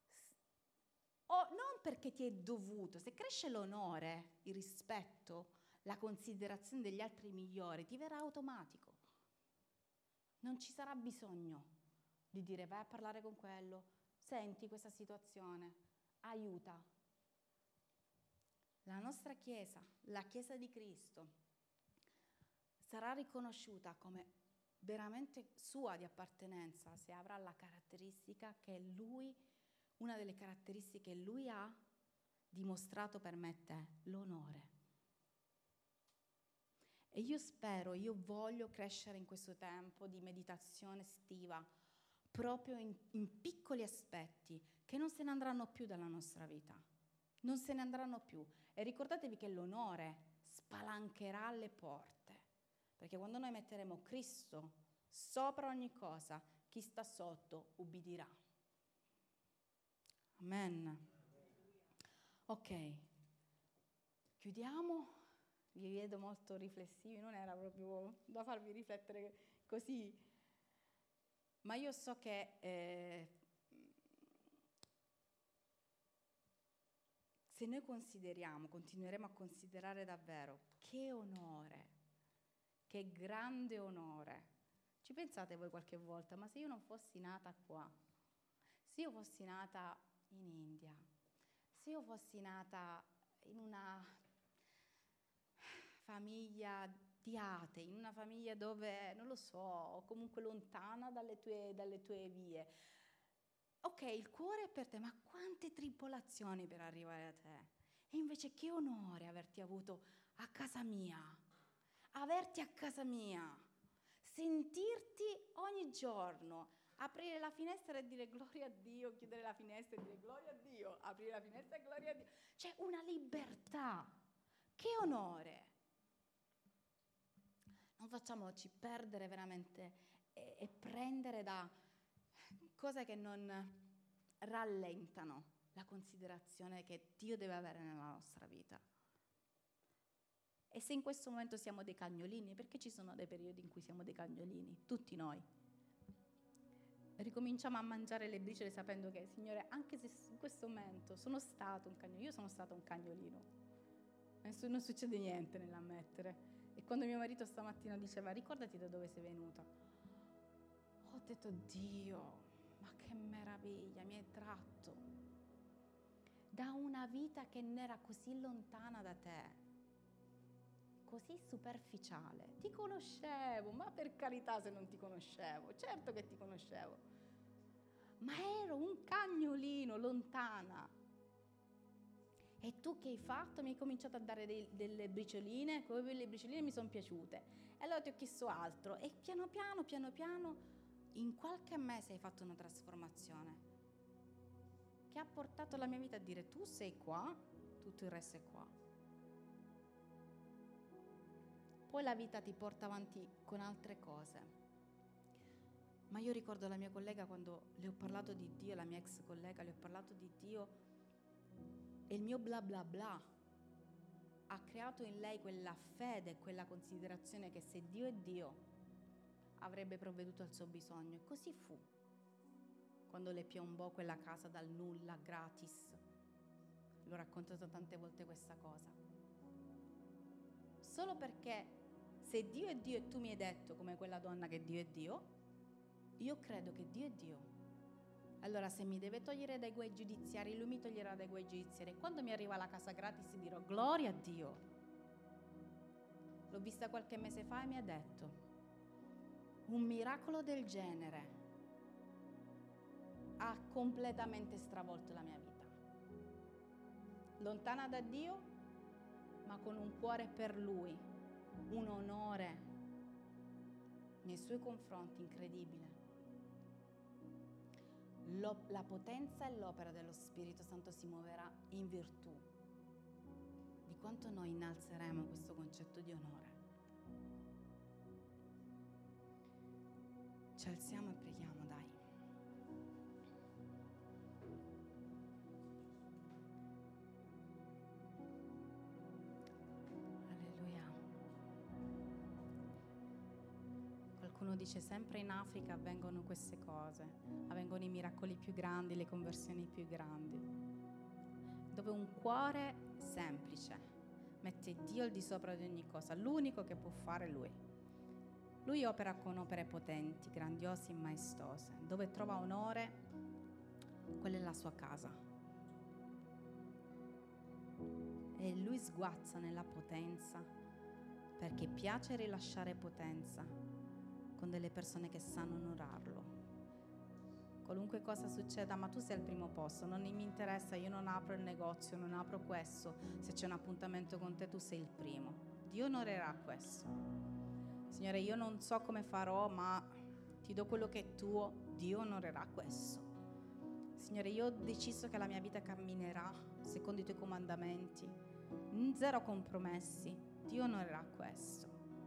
o non perché ti è dovuto, se cresce l'onore, il rispetto, la considerazione degli altri migliori, ti verrà automatico. Non ci sarà bisogno di dire vai a parlare con quello, senti questa situazione, aiuta. La nostra Chiesa, la Chiesa di Cristo, sarà riconosciuta come veramente sua di appartenenza se avrà la caratteristica che lui, una delle caratteristiche che lui ha dimostrato per me e te, l'onore. E io spero, io voglio crescere in questo tempo di meditazione estiva, proprio in piccoli aspetti che non se ne andranno più dalla nostra vita, non se ne andranno più. E ricordatevi che l'onore spalancherà le porte, perché quando noi metteremo Cristo sopra ogni cosa, chi sta sotto ubbidirà. Amen. Ok, chiudiamo. Vi vedo molto riflessivi, non era proprio da farvi riflettere così, ma io so che se noi continueremo a considerare davvero che onore, che grande onore, ci pensate voi qualche volta, ma se io non fossi nata qua, se io fossi nata in India, se io fossi nata in una famiglia di atei, in una famiglia dove, non lo so, comunque lontana dalle tue vie. Ok, il cuore è per te, ma quante tribolazioni per arrivare a te. E invece che onore averti avuto a casa mia, averti a casa mia, sentirti ogni giorno, Aprire la finestra e dire gloria a Dio, chiudere la finestra e dire gloria a Dio, aprire la finestra e gloria a Dio. C'è una libertà. Che onore! Non facciamoci perdere veramente e prendere da cose che non rallentano la considerazione che Dio deve avere nella nostra vita. E se in questo momento siamo dei cagnolini, perché ci sono dei periodi in cui siamo dei cagnolini, tutti noi. Ricominciamo a mangiare le briciole sapendo che, Signore, anche se in questo momento sono stato un cagnolino, io sono stata un cagnolino, non succede niente nell'ammettere. E quando mio marito stamattina diceva, ricordati da dove sei venuta, ho detto, Dio, ma che meraviglia, mi hai tratto da una vita che non era così lontana da te, così superficiale. Ti conoscevo, ma per carità se non ti conoscevo, certo che ti conoscevo, ma ero un cagnolino lontana. E tu che hai fatto? Mi hai cominciato a dare delle bricioline, come le bricioline mi sono piaciute. E allora ti ho chiesto altro. E piano piano, in qualche mese hai fatto una trasformazione che ha portato la mia vita a dire tu sei qua, tutto il resto è qua. Poi la vita ti porta avanti con altre cose. Ma io ricordo la mia collega quando le ho parlato di Dio, la mia ex collega, le ho parlato di Dio e il mio bla bla bla ha creato in lei quella fede, quella considerazione che se Dio è Dio avrebbe provveduto al suo bisogno. E così fu. Quando le piombò quella casa dal nulla, gratis. L'ho raccontato tante volte questa cosa. Solo perché se Dio è Dio e tu mi hai detto, come quella donna, che Dio è Dio, io credo che Dio è Dio. Allora se mi deve togliere dai guai giudiziari, Lui mi toglierà dai guai giudiziari. E quando mi arriva la casa gratis dirò gloria a Dio. L'ho vista qualche mese fa e mi ha detto, un miracolo del genere ha completamente stravolto la mia vita. Lontana da Dio, ma con un cuore per Lui, un onore nei Suoi confronti incredibile. La potenza e l'opera dello Spirito Santo si muoverà in virtù di quanto noi innalzeremo questo concetto di onore. Ci alziamo e preghiamo, dai. Alleluia. Qualcuno dice sempre in Africa avvengono queste cose, avvengono i miracoli più grandi, le conversioni più grandi, dove un cuore semplice mette Dio al di sopra di ogni cosa, l'unico che può fare è Lui. Lui opera con opere potenti, grandiose e maestose, dove trova onore, quella è la sua casa. E Lui sguazza nella potenza, perché piace rilasciare potenza con delle persone che sanno onorarlo. Qualunque cosa succeda, ma tu sei al primo posto, non mi interessa, io non apro il negozio, non apro questo, se c'è un appuntamento con te tu sei il primo. Dio onorerà questo. Signore, io non so come farò, ma ti do quello che è tuo, Dio onorerà questo. Signore, io ho deciso che la mia vita camminerà secondo i tuoi comandamenti, zero compromessi, Dio onorerà questo.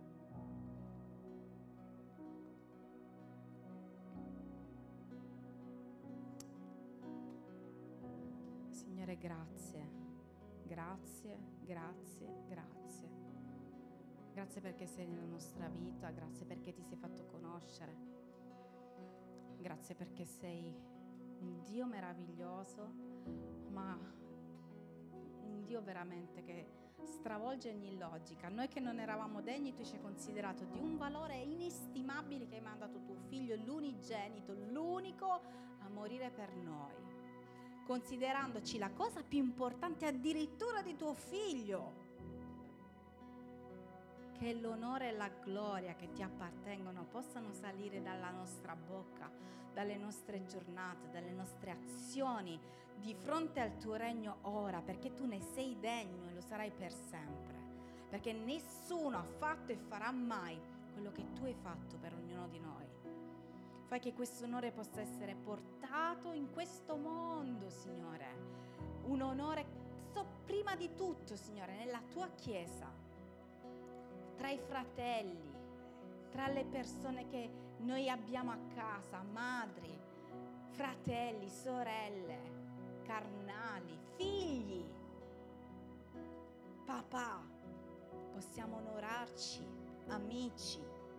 Signore, grazie, grazie, grazie, grazie. Grazie perché sei nella nostra vita, grazie perché ti sei fatto conoscere, grazie perché sei un Dio meraviglioso, ma un Dio veramente che stravolge ogni logica. Noi che non eravamo degni, tu ci hai considerato di un valore inestimabile, che hai mandato tuo figlio, l'unigenito, l'unico a morire per noi, considerandoci la cosa più importante addirittura di tuo figlio, che l'onore e la gloria che ti appartengono possano salire dalla nostra bocca, dalle nostre giornate, dalle nostre azioni di fronte al tuo regno ora, perché tu ne sei degno e lo sarai per sempre, perché nessuno ha fatto e farà mai quello che tu hai fatto per ognuno di noi. Fai che questo onore possa essere portato in questo mondo, Signore. Un onore prima di tutto, Signore, nella tua Chiesa, tra i fratelli, tra le persone che noi abbiamo a casa, madri, fratelli, sorelle, carnali, figli, papà. Possiamo onorarci, amici,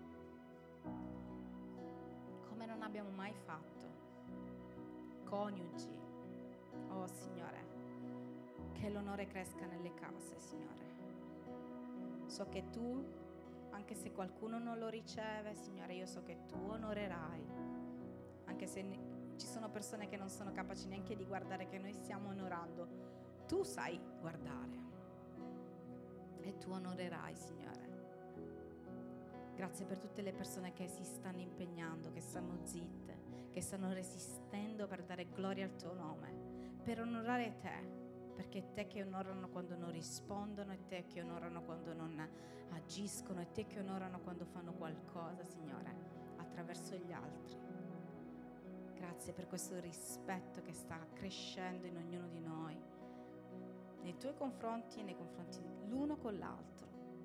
come non abbiamo mai fatto, coniugi. Oh Signore, che l'onore cresca nelle case, Signore. So che tu, anche se qualcuno non lo riceve, Signore, io so che tu onorerai, anche se ci sono persone che non sono capaci neanche di guardare che noi stiamo onorando. Tu sai guardare e tu onorerai, Signore. Grazie per tutte le persone che si stanno impegnando, che stanno zitte, che stanno resistendo per dare gloria al tuo nome, per onorare te, perché è te che onorano quando non rispondono, è te che onorano quando non agiscono, è te che onorano quando fanno qualcosa, Signore, attraverso gli altri. Grazie per questo rispetto che sta crescendo in ognuno di noi, nei tuoi confronti e nei confronti l'uno con l'altro.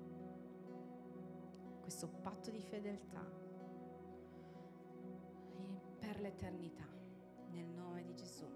Questo patto di fedeltà per l'eternità, nel nome di Gesù.